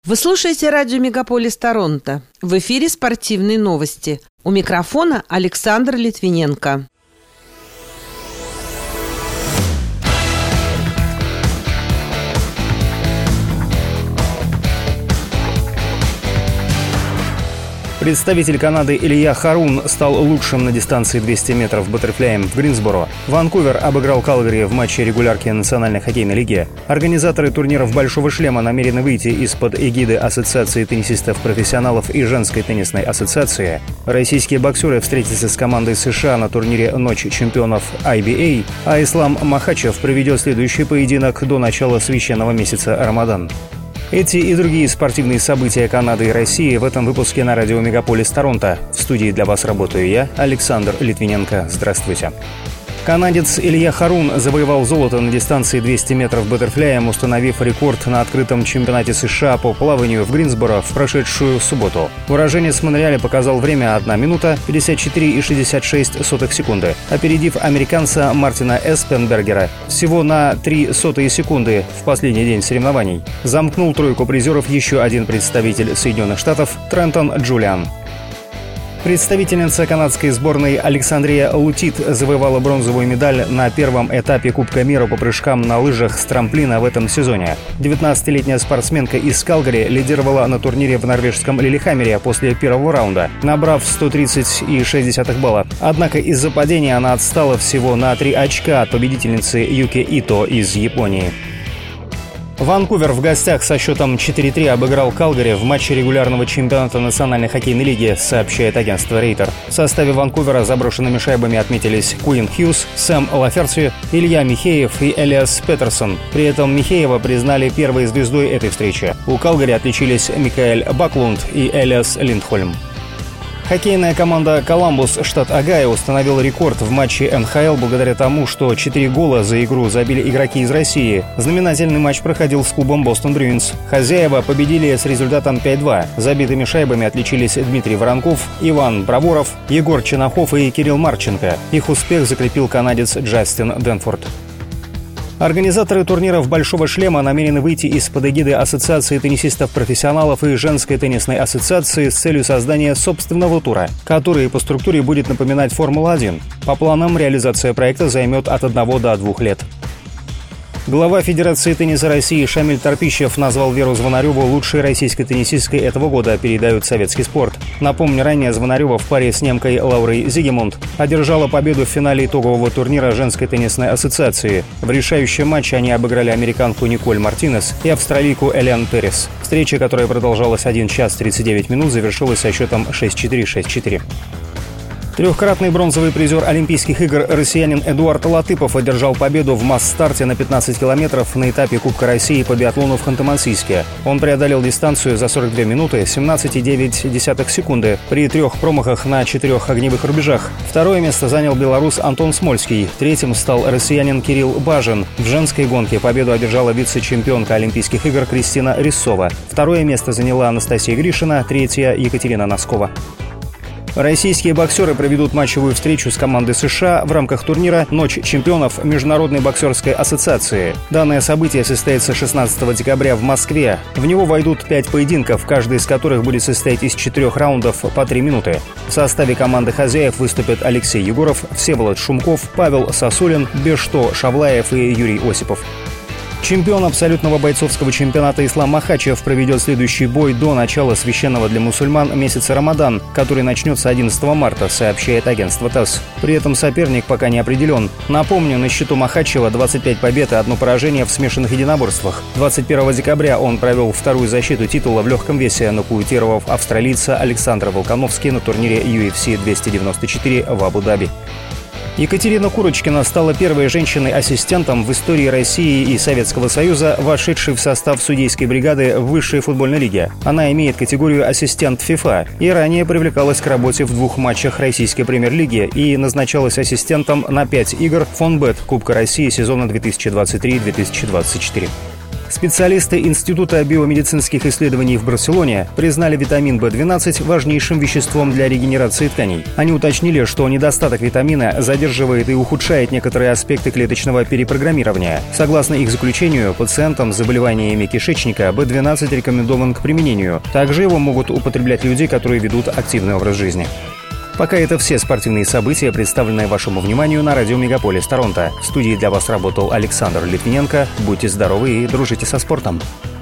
Вы слушаете радио «Мегаполис Торонто». В эфире спортивные новости. У микрофона Александр Литвиненко. Представитель Канады Илья Харун стал лучшим на дистанции 200 метров баттерфляем в Гринсборо. Ванкувер обыграл Калгари в матче регулярки Национальной хоккейной лиги. Организаторы турниров «Большого шлема» намерены выйти из-под эгиды Ассоциации теннисистов-профессионалов и Женской теннисной ассоциации. Российские боксеры встретятся с командой США на турнире «Ночь чемпионов IBA», а Ислам Махачев проведет следующий поединок до начала священного месяца Рамадан. Эти и другие спортивные события Канады и России в этом выпуске на радио «Мегаполис Торонто». В студии для вас работаю я, Александр Литвиненко. Здравствуйте. Канадец Илья Харун завоевал золото на дистанции 200 метров баттерфляем, установив рекорд на открытом чемпионате США по плаванию в Гринсборо в прошедшую суту. Уроженец Монреаля показал время 1 минута 54,66 секунды, опередив американца Мартина Эспенбергера всего на 0,03 секунды в последний день соревнований. Замкнул тройку призеров еще один представитель Соединенных Штатов Трентон Джулиан. Представительница канадской сборной Александрия Лутит завоевала бронзовую медаль на первом этапе Кубка мира по прыжкам на лыжах с трамплина в этом сезоне. 19-летняя спортсменка из Калгари лидировала на турнире в норвежском Лилихаммере после первого раунда, набрав 130,6 балла. Однако из-за падения она отстала всего на 3 очка от победительницы Юки Ито из Японии. Ванкувер в гостях со счетом 4-3 обыграл Калгари в матче регулярного чемпионата Национальной хоккейной лиги, сообщает агентство Рейтер. В составе Ванкувера заброшенными шайбами отметились Куин Хьюз, Сэм Лаферти, Илья Михеев и Элиас Петерсон. При этом Михеева признали первой звездой этой встречи. У Калгари отличились Микаэль Баклунд и Элиас Линдхольм. Хоккейная команда «Коламбус», штат Огайо, установила рекорд в матче НХЛ благодаря тому, что 4 гола за игру забили игроки из России. Знаменательный матч проходил с клубом «Бостон Брюинс». Хозяева победили с результатом 5-2. Забитыми шайбами отличились Дмитрий Воронков, Иван Браворов, Егор Чинахов и Кирилл Марченко. Их успех закрепил канадец Джастин Денфорд. Организаторы турниров «Большого шлема» намерены выйти из-под эгиды Ассоциации теннисистов-профессионалов и Женской теннисной ассоциации с целью создания собственного тура, который по структуре будет напоминать Формулу-1. По планам, реализация проекта займет от 1 до 2 лет. Глава Федерации тенниса России Шамиль Торпищев назвал Веру Звонареву лучшей российской теннисисткой этого года, передает «Советский спорт». Напомню, ранее Звонарева в паре с немкой Лаурой Зигемунд одержала победу в финале итогового турнира Женской теннисной ассоциации. В решающем матче они обыграли американку Николь Мартинес и австралийку Элиан Перес. Встреча, которая продолжалась 1 час 39 минут, завершилась со счетом 6-4, 6-4. Трехкратный бронзовый призер Олимпийских игр россиянин Эдуард Латыпов одержал победу в масс-старте на 15 километров на этапе Кубка России по биатлону в Ханты-Мансийске. Он преодолел дистанцию за 42 минуты 17,9 секунды при 3 промахах на 4 огневых рубежах. Второе место занял белорус Антон Смольский. Третьим стал россиянин Кирилл Бажин. В женской гонке победу одержала вице-чемпионка Олимпийских игр Кристина Рисова. Второе место заняла Анастасия Гришина, третья – Екатерина Носкова. Российские боксеры проведут матчевую встречу с командой США в рамках турнира «Ночь чемпионов» Международной боксерской ассоциации. Данное событие состоится 16 декабря в Москве. В него войдут 5 поединков, каждый из которых будет состоять из 4 раундов по 3 минуты. В составе команды хозяев выступят Алексей Егоров, Всеволод Шумков, Павел Сосулин, Бешто Шавлаев и Юрий Осипов. Чемпион абсолютного бойцовского чемпионата Ислам Махачев проведет следующий бой до начала священного для мусульман месяца Рамадан, который начнется 11 марта, сообщает агентство ТАСС. При этом соперник пока не определен. Напомню, на счету Махачева 25 побед и 1 поражение в смешанных единоборствах. 21 декабря он провел вторую защиту титула в легком весе, нокаутировав австралийца Александра Волконовски на турнире UFC 294 в Абу-Даби. Екатерина Курочкина стала первой женщиной-ассистентом в истории России и Советского Союза, вошедшей в состав судейской бригады в высшей футбольной лиге. Она имеет категорию «ассистент ФИФА» и ранее привлекалась к работе в 2 матчах российской премьер-лиги и назначалась ассистентом на 5 игр Фонбет Кубка России сезона 2023-2024. Специалисты Института биомедицинских исследований в Барселоне признали витамин В12 важнейшим веществом для регенерации тканей. Они уточнили, что недостаток витамина задерживает и ухудшает некоторые аспекты клеточного перепрограммирования. Согласно их заключению, пациентам с заболеваниями кишечника В12 рекомендован к применению. Также его могут употреблять люди, которые ведут активный образ жизни. Пока это все спортивные события, представленные вашему вниманию на радио Мегаполис Торонто. В студии для вас работал Александр Литвиненко. Будьте здоровы и дружите со спортом.